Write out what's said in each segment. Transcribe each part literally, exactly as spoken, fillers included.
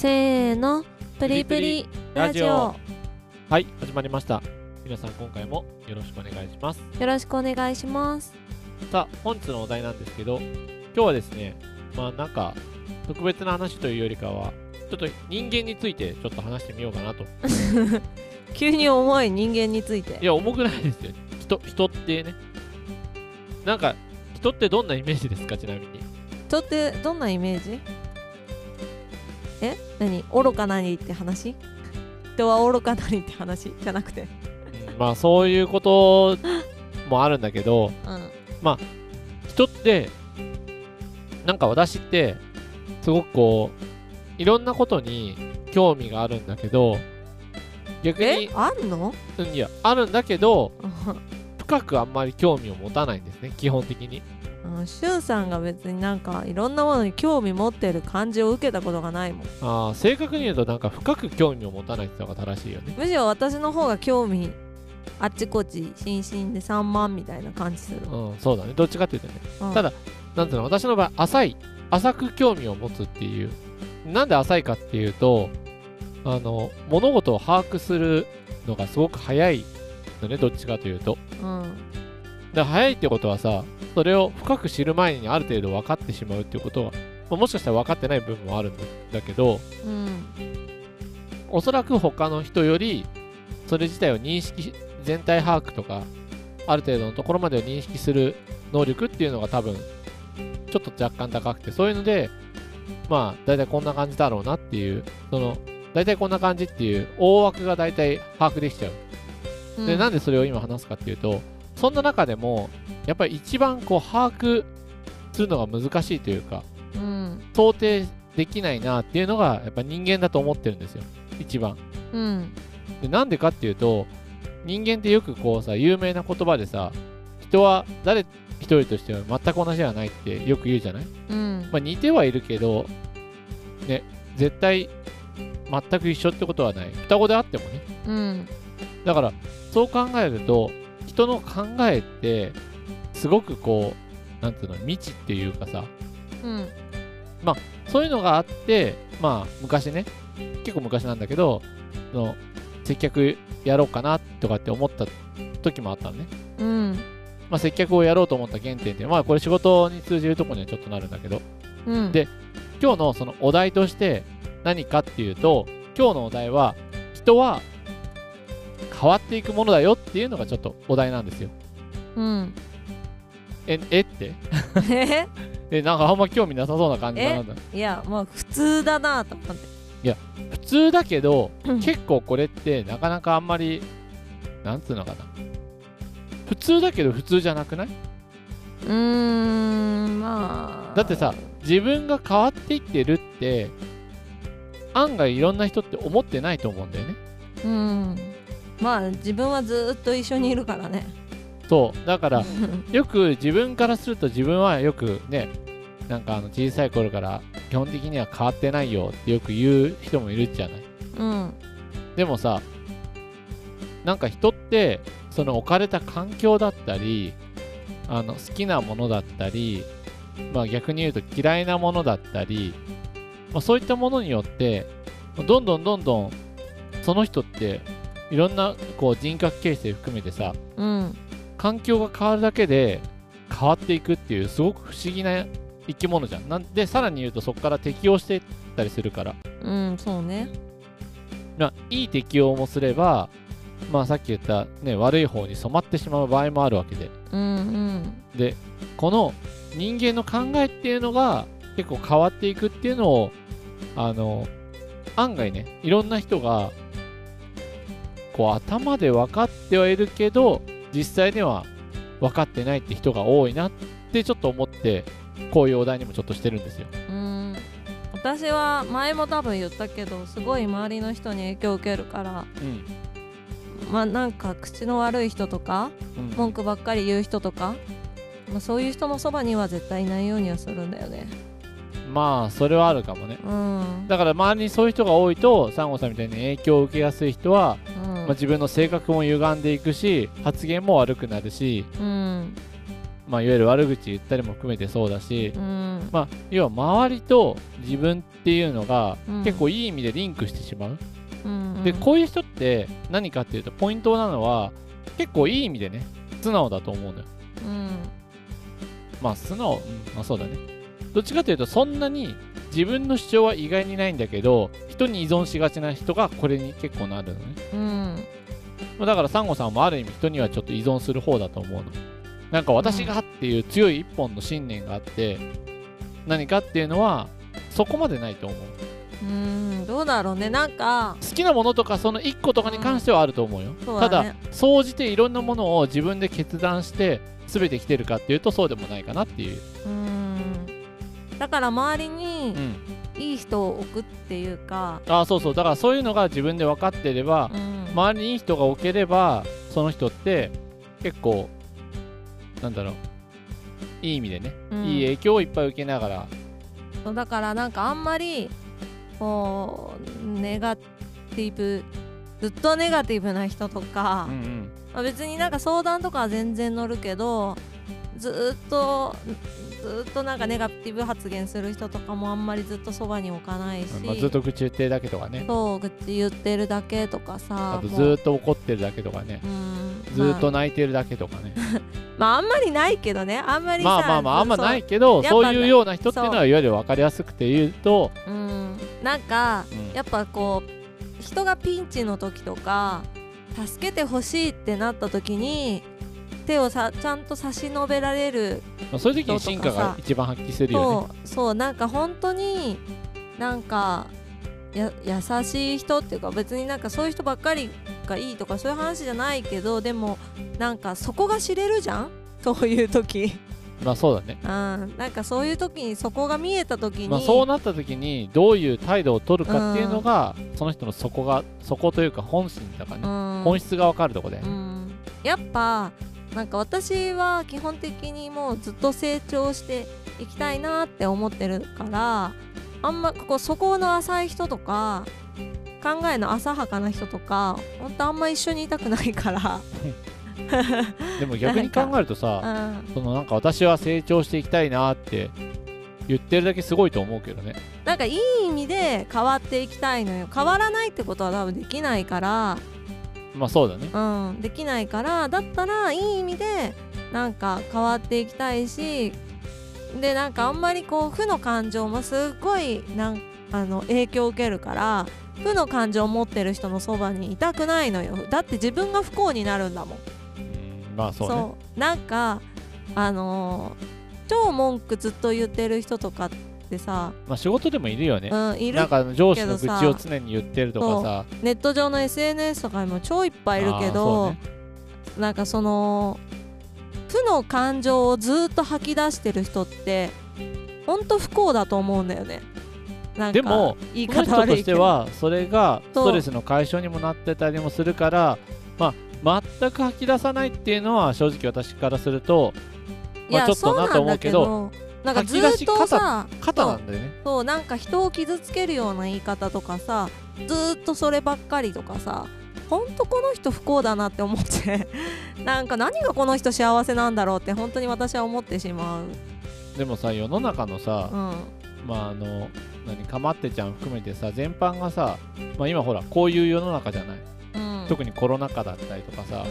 せーの、プリプリラジオ。 はい、始まりました。皆さん今回もよろしくお願いします。 よろしくお願いします。 さあ、本日のお題なんですけど、今日はですね、まあなんか特別な話というよりかは、ちょっと人間についてちょっと話してみようかなと。 急に重い人間について。 いや、重くないですよ。人、人ってね。なんか、人ってどんなイメージですか、ちなみに。 人ってどんなイメージ？え？何？愚かなりって話？人は愚かなりって話じゃなくて。 うん、まあそういうこともあるんだけど、 うん、 まあ人ってなんか私ってすごくこういろんなことに興味があるんだけど、逆にえあんの？ うん、いやあるんだけど深くあんまり興味を持たないんですね、基本的に。 うん、しゅんさんが別になんかいろんなものに興味持ってる感じを受けたことがないもん。 ああ、正確に言うとなんか深く興味を持たないってのが正しいよね。 むしろ私の方が興味あっちこっち心身でさんまんみたいな感じする。 うん、そうだね、どっちかっていうとね、 うん、 ただなんていうの、私の場合浅い浅く興味を持つっていう。なんで浅いかっていうと、あの物事を把握するのがすごく早いのね、どっちかというと。 うん、 で早いってことはさ、それを深く知る前にある程度分かってしまうっていうことは、まあ、もしかしたら分かってない部分もあるんだけど、 うん、 おそらく他の人よりそれ自体を認識、全体把握とかある程度のところまでを認識する能力っていうのが多分ちょっと若干高くて、そういうのでまあ大体こんな感じだろうなっていう、その大体こんな感じっていう大枠が大体把握できちゃう。で、なんでそれを今話すかっていうと、そんな中でもやっぱり一番こう把握するのが難しいというか、 うん、 想定できないなっていうのがやっぱ人間だと思ってるんですよ、一番。 うん、 で、なんでかっていうと、人間ってよくこうさ、有名な言葉でさ、人は誰一人としては全く同じではないってよく言うじゃない？ うん、 まあ似てはいるけどね、絶対全く一緒ってことはない。双子であってもね。 うん、 だからそう考えると、人の考えってすごくこう、なんていうの、未知っていうかさ、 うん、 まあそういうのがあって、まあ昔ね、結構昔なんだけど、その接客やろうかなとかって思った時もあったのね。 うん、 まあ接客をやろうと思った原点って、まあこれ仕事に通じるところにはちょっとなるんだけど、 うん、 で今日のそのお題として何かっていうと、今日のお題は人は変わっていくものだよっていうのがちょっとお題なんですよ。 うん、 え、えってええ、なんかあんま興味なさそうな感じだな。 いや、まあ普通だなと思って。 いや、普通だけど、 うん、 結構これってなかなかあんまり、なんつうのかな。普通だけど普通じゃなくない？ うーん、まあ。 だってさ、自分が変わっていってるって、案外いろんな人って思ってないと思うんだよね。 うん。まあ自分はずっと一緒にいるからね。 そう。だから、よく自分からすると自分はよくね、なんかあの小さい頃から基本的には変わってないよってよく言う人もいるじゃない。 うん。 でもさ、なんか人ってその置かれた環境だったり、あの好きなものだったり、まあ逆に言うと嫌いなものだったり、まあ、そういったものによってどんどんどんどんその人っていろんなこう人格形成含めてさ、 うん、 環境が変わるだけで変わっていくっていうすごく不思議な生き物じゃん。なんでさらに言うとそこから適応していったりするから、 うん、そうね。 まあ、いい適応もすれば、まあさっき言ったね、悪い方に染まってしまう場合もあるわけで、 うん、うん、 でこの人間の考えっていうのが結構変わっていくっていうのを、あの案外ね、いろんな人がこう頭で分かってはいるけど実際には分かってないって人が多いなってちょっと思って、こういうお題にもちょっとしてるんですよ。 うん。私は前も多分言ったけど、すごい周りの人に影響を受けるから、 うん、 まあなんか口の悪い人とか、うん、文句ばっかり言う人とか、まあ、そういう人のそばには絶対いないようにはするんだよね。 まあそれはあるかもね、 うん、 だから周りにそういう人が多いと、サンゴさんみたいに影響を受けやすい人は、うん、まあ、自分の性格も歪んでいくし、発言も悪くなるし、 うん、 まあ、いわゆる悪口言ったりも含めてそうだし、 うん、 まあ、要は周りと自分っていうのがうん結構いい意味でリンクしてしまう、 うんうん、 でこういう人って何かっていうとポイントなのは結構いい意味でね素直だと思うのよ。 うん、 まあ素直、うん、まあそうだね。どっちかというとそんなに自分の主張は意外にないんだけど人に依存しがちな人がこれに結構なるのね、 うん、 だからサンゴさんもある意味人にはちょっと依存する方だと思うの。なんか私がっていう強い一本の信念があって何かっていうのはそこまでないと思う。 うーん、どうだろうね。なんか好きなものとかそのいっことかに関してはあると思うよ、 うん、 ただね、 だ総じていろんなものを自分で決断して全て来てるかっていうとそうでもないかなっていう。 うーん、だから周りにうん、 いい人を置くっていうか、 ああそうそう、だからそういうのが自分で分かってれば、 うん、 周りにいい人が置ければその人って結構なんだろういい意味でね、 うん、 いい影響をいっぱい受けながら。 そうだからなんかあんまりこうネガティブずっとネガティブな人とか、 うんうん、 まあ、別になんか相談とかは全然乗るけどずっとずっとなんかネガティブ発言する人とかもあんまりずっとそばに置かないし、 まあ、ずっと愚痴言ってるだけとかね、 そう愚痴言ってるだけとかさ、 あとずっと怒ってるだけとかね、 うん、 ずっと泣いてるだけとかね、 まあ、まああんまりないけどね、あんまりさ、 まあまあまああんまないけど、そういうような人っていうのはいわゆる分かりやすくて言うと、 うん、なんか、うん、やっぱこう人がピンチの時とか助けてほしいってなった時に手をさちゃんと差し伸べられる、 まあ、そういう時に進化が一番発揮するよね。 そうそうなんか本当になんかや優しい人っていうか、別になんかそういう人ばっかりがいいとかそういう話じゃないけど、でもなんかそこが知れるじゃん、そういう時まあそうだね、 うん、なんかそういう時にそこが見えた時に、 まあ、そうなった時にどういう態度を取るかっていうのが、うん、その人の底が底というか本心だからね、うん、本質が分かるとこで、ね、うん、 やっぱなんか私は基本的にもうずっと成長していきたいなって思ってるから、あんまここそこの浅い人とか考えの浅はかな人とかほんとあんま一緒にいたくないからでも逆に考えるとさ、うん、そのなんか私は成長していきたいなって言ってるだけすごいと思うけどね。 なんかいい意味で変わっていきたいのよ。変わらないってことは多分できないから、 まあそうだね、 うん、できないから、だったらいい意味でなんか変わっていきたいし、でなんかあんまりこう負の感情もすっごいなんあの影響を受けるから、負の感情を持ってる人のそばにいたくないのよ。だって自分が不幸になるんだもん。 うん、まあそうね。 そうなんかあのー、超文句ずっと言ってる人とかってさ、 まあ仕事でもいるよね、 うん、いるなんか上司の愚痴を常に言ってるとかさ、 ネット上の エスエヌエス とかにも超いっぱいいるけど、ね、なんかその負の感情をずっと吐き出してる人ってほんと不幸だと思うんだよね。なんかでも言い方悪いけど、この人としてはそれがストレスの解消にもなってたりもするから、まあ、全く吐き出さないっていうのは正直私からすると、まあ、ちょっとなと思うけど、 なんかずっとさ肩なんだよね。 そうなんか人を傷つけるような言い方とかさ、ずっとそればっかりとかさ、ほんとこの人不幸だなって思ってなんか何がこの人幸せなんだろうって本当に私は思ってしまう。 でもさ、世の中のさ、うん、まああの何かまってちゃん含めてさ、全般がさ、まあ、今ほらこういう世の中じゃない、うん、特にコロナ禍だったりとかさ、うん、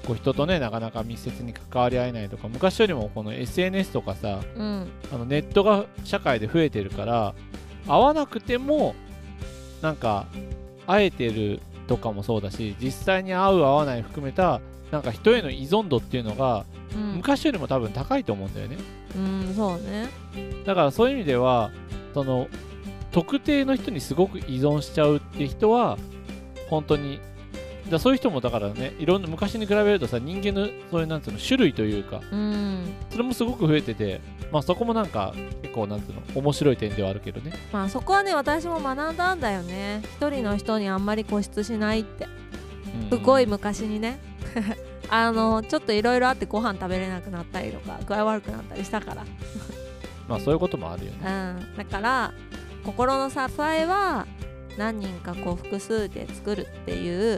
こう人とねなかなか密接に関わり合えないとか、昔よりもこの エスエヌエス とかさ、うん、あのネットが社会で増えてるから、会わなくてもなんか会えてるとかもそうだし、実際に会う会わない含めたなんか人への依存度っていうのが、うん、昔よりも多分高いと思うんだよね。 うん、そうね。 だからそういう意味ではその特定の人にすごく依存しちゃうって人は本当にだ、そういう人もだからね、いろんな昔に比べるとさ、人間のそういうなんつうの種類というか、うん、それもすごく増えてて、まあそこもなんか結構なんつうの面白い点ではあるけどね。 まあそこはね、私も学んだんだよね。一人の人にあんまり固執しないって、すごい昔にねあのちょっといろいろあってご飯食べれなくなったりとか具合悪くなったりしたからまあそういうこともあるよね、 うん、だから心の支えは何人かこう複数で作るっていう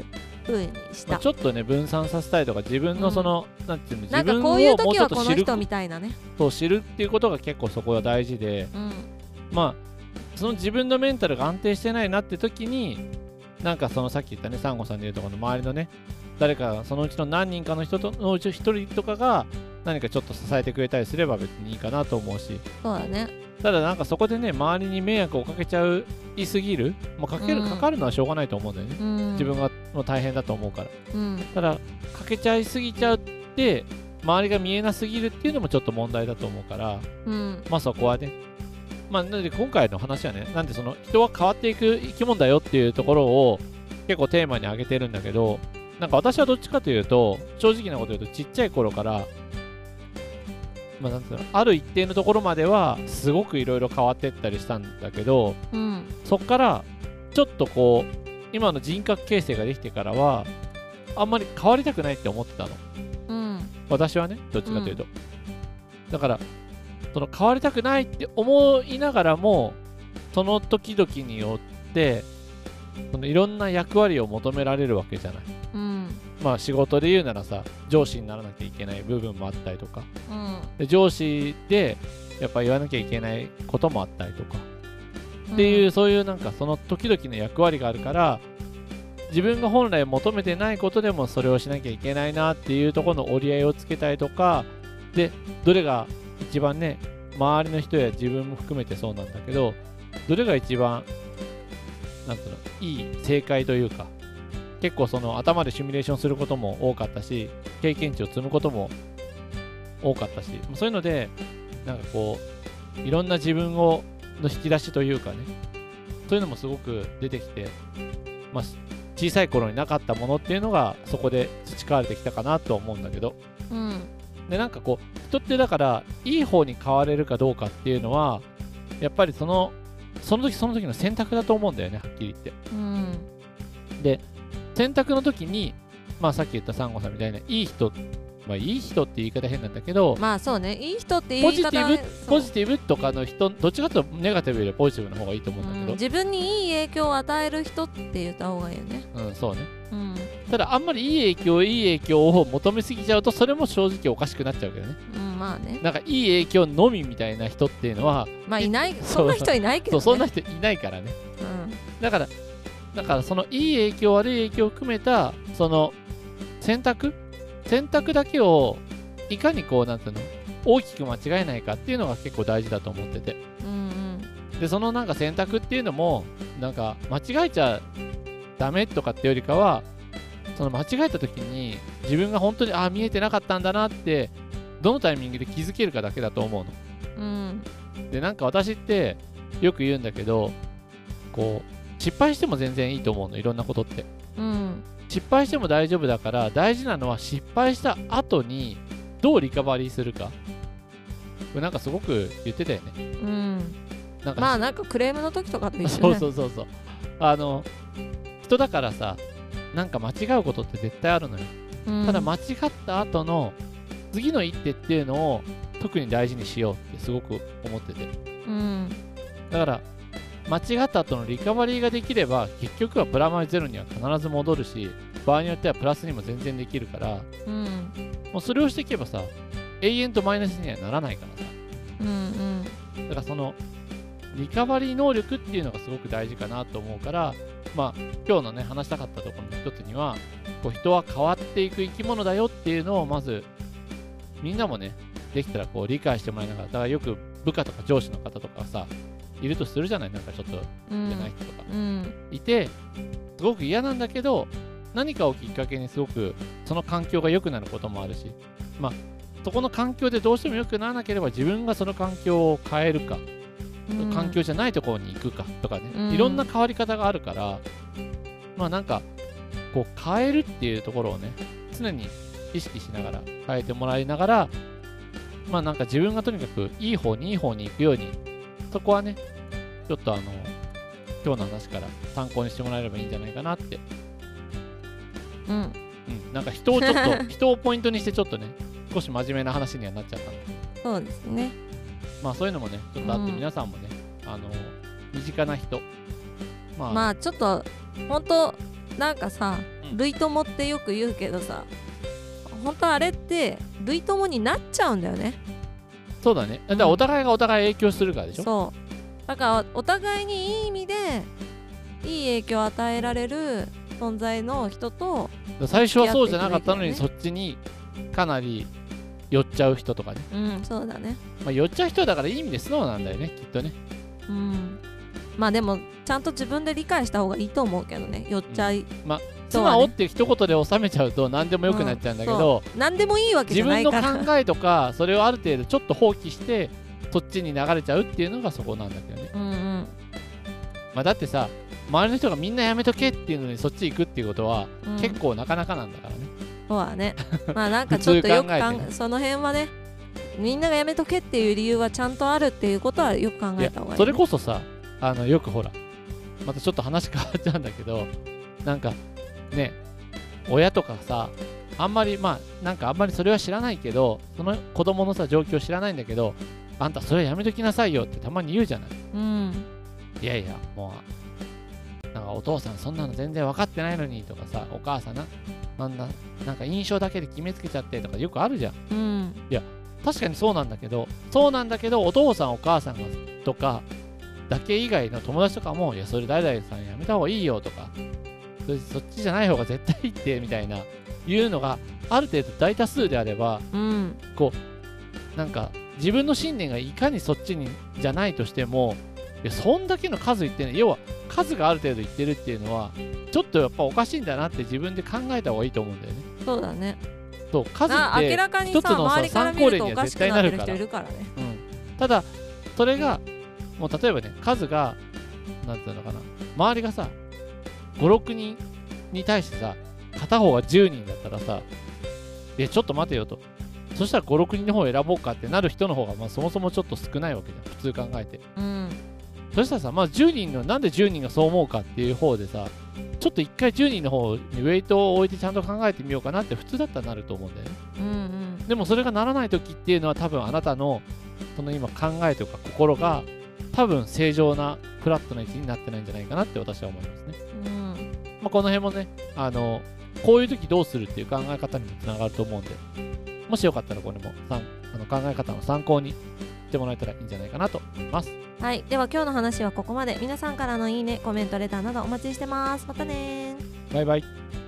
風にしまあ、 た。 ちょっとね分散させたいとか、自分のその、なんていうの、 なんか自分をこういう時もうちょはこのっと知る人みたいなね。 と知るっていうことが結構そこは大事で、 うんまあその自分のメンタルが安定してないなって時に、なんかそのさっき言ったね、サンゴさんでいうところの周りのね、誰かそのうちの何人かの人とのうち一人とかが何かちょっと支えてくれたりすれば別にいいかなと思うし、 そうだね。 ただなんかそこでね、周りに迷惑をかけちゃういすぎる、もうかける、 うんかかるのはしょうがないと思うんだよね、 うん自分がもう大変だと思うから。 うんただかけちゃいすぎちゃうって周りが見えなすぎるっていうのもちょっと問題だと思うから、 うんまあそこはね、まあなので今回の話はね、なんでその人は変わっていく生き物だよっていうところを結構テーマに挙げてるんだけど、なんか私はどっちかというと、正直なこと言うとちっちゃい頃から、まあなんていうの、ある一定のところまではすごくいろいろ変わってったりしたんだけど、 うんそっからちょっとこう今の人格形成ができてからはあんまり変わりたくないって思ってたの。 うん私はね、どっちかというと、だからその変わりたくないって思いながらも、その時々によってそのいろんな役割を求められるわけじゃない。 うんまあ仕事で言うならさ、上司にならなきゃいけない部分もあったりとか、 うんで上司でやっぱ言わなきゃいけないこともあったりとか、っていう、そういうなんかその時々の役割があるから、自分が本来求めてないことでもそれをしなきゃいけないなっていうところの折り合いをつけたりとかで、どれが一番ね、周りの人や自分も含めてそうなんだけど、どれが一番なんていうの、いい正解というか、結構その頭でシミュレーションすることも多かったし、経験値を積むことも多かったし、そういうのでなんかこういろんな自分をの引き出しというかね、そういうのもすごく出てきて、まあ、小さい頃になかったものっていうのがそこで培われてきたかなと思うんだけど、 うんでなんかこう人ってだからいい方に変われるかどうかっていうのはやっぱりそのその時その時の選択だと思うんだよね、はっきり言って。 うんで選択の時に、まあさっき言ったサンゴさんみたいないい人、まあいい人って言い方変なんだけど、 まあそうね、いい人って言い方ポジティブそうポジティブとかの人、どっちかというとネガティブよりポジティブの方がいいと思うんだけど、 うん自分にいい影響を与える人って言った方がいいよね。 うん、そうね。 うんただあんまりいい影響いい影響を求めすぎちゃうと、それも正直おかしくなっちゃうけどね。 うんまあね、 なんかいい影響のみみたいな人っていうのは、 まあいない、 そうそんな人いないけどね。 そうそんな人いないからね。だからだからそのいい影響悪い影響を含めたその選択選択だけをいかにこうなんていうの、大きく間違えないかっていうのが結構大事だと思ってて、 うんうんでそのなんか選択っていうのもなんか間違えちゃダメとかってよりかは、その間違えた時に自分が本当にああ見えてなかったんだなってどのタイミングで気づけるかだけだと思うの。 うんでなんか私ってよく言うんだけど、こう失敗しても全然いいと思うの、いろんなことって。 うん失敗しても大丈夫だから、大事なのは失敗した後にどうリカバリーするか。これなんかすごく言ってたよね。 うんなんかまあなんかクレームの時とかと一緒そうね。 そうそうそう。あの人だからさ、なんか間違うことって絶対あるのよ。 うんただ間違った後の次の一手っていうのを特に大事にしようってすごく思ってて。 うんだから間違った後のリカバリーができれば、結局はプラマイゼロには必ず戻るし、場合によってはプラスにも全然できるから、 うんもうそれをしていけばさ、永遠とマイナスにはならないからさ。 うんうんだからそのリカバリー能力っていうのがすごく大事かなと思うから、まあ今日のね話したかったところの一つには、こう人は変わっていく生き物だよっていうのをまずみんなもね、できたらこう理解してもらいながら、だからよく部下とか上司の方とかさいるとするじゃない、なんかちょっとうんじゃない人とか、 うんいて、すごく嫌なんだけど、何かをきっかけにすごくその環境が良くなることもあるし、まあそこの環境でどうしても良くならなければ自分がその環境を変えるか、 うん環境じゃないところに行くかとかね、 うんいろんな変わり方があるから、まあなんかこう変えるっていうところをね、常に意識しながら変えてもらいながら、まあなんか自分がとにかくいい方にいい方に行くように、そこはねちょっとあの今日の話から参考にしてもらえればいいんじゃないかなって。 うんうん、なんか人をちょっと人をポイントにしてちょっとね、少し真面目な話にはなっちゃったんで、 そうですね。 まあそういうのもねちょっとあって、 うん皆さんもね、あの身近な人、まあ、 まあちょっと本当なんかさ、 うん類友ってよく言うけどさ、本当あれって類友になっちゃうんだよね。 そうだね。だからお互いがお互い影響するからでしょ。 そうだからお互いにいい意味でいい影響を与えられる存在の人と、 最初はそうじゃなかったのに、そっちにかなり寄っちゃう人とかね。 うん、そうだね。 まあ寄っちゃう人だからいい意味で素直なんだよね、きっとね。 うん。まあでもちゃんと自分で理解した方がいいと思うけどね、寄っちゃい、うん、 まあ素直って一言で収めちゃうと何でもよくなっちゃうんだけど、 うん、何でもいいわけじゃないから、 自分の考えとかそれをある程度ちょっと放棄してそっちに流れちゃうっていうのがそこなんだけどね。 うんうん。 まあだってさ、周りの人がみんなやめとけっていうのにそっち行くっていうことは、うん、結構なかなかなんだからね。 そうはね。まあなんかちょっとよく考えて、ね、その辺はね、みんながやめとけっていう理由はちゃんとあるっていうことはよく考えた方がいい、ね。 それこそさ、あのよくほら、またちょっと話変わっちゃうんだけど、なんかね、親とかさ、あんまりまあなんかあんまりそれは知らないけど、その子供のさ状況知らないんだけど、あんたそれやめときなさいよってたまに言うじゃない。 うん。 いやいや、もうなんかお父さんそんなの全然分かってないのにとかさ、お母さんななんだなんか印象だけで決めつけちゃってとかよくあるじゃん。 うん。 いや確かにそうなんだけど、そうなんだけどお父さんお母さんがとかだけ以外の友達とかも、いやそれ誰々さんやめた方がいいよとか、そ, そっちじゃない方が絶対いいってみたいないうのがある程度大多数であれば、 うん、 こうなんか自分の信念がいかにそっちにじゃないとしても、いやそんだけの数言ってね、要は数がある程度言ってるっていうのはちょっとやっぱおかしいんだなって自分で考えた方がいいと思うんだよね。 そうだね。 そう数って明らかに一つのさ周りから参考例見るとおかしには絶対くなってる人なるから。 いるからね。 うん、ただそれがもう例えばね、数がなんていうのかな、周りがさご、ろくにんに対してさ片方がじゅうにんだったらさ、いやちょっと待てよと、そしたらご、ろくにんの方を選ぼうかってなる人の方がまあそもそもちょっと少ないわけじゃん、普通考えて。 うん、 そしたらさ、まあじゅうにんのなんでじゅうにんがそう思うかっていう方でさ、ちょっと一回じゅうにんの方にウェイトを置いてちゃんと考えてみようかなって普通だったらなると思うんだよね。 うんうん、 でもそれがならない時っていうのは多分あなたのその今考えとか心が多分正常なフラットな位置になってないんじゃないかなって私は思いますね。 うん、 まあ、この辺もね、あのこういう時どうするっていう考え方にもつながると思うんで、もしよかったらこれもさんあの考え方の参考にしてもらえたらいいんじゃないかなと思います。 はい、では今日の話はここまで。皆さんからのいいね、コメント、レターなどお待ちしてます。またねー。 バイバイ。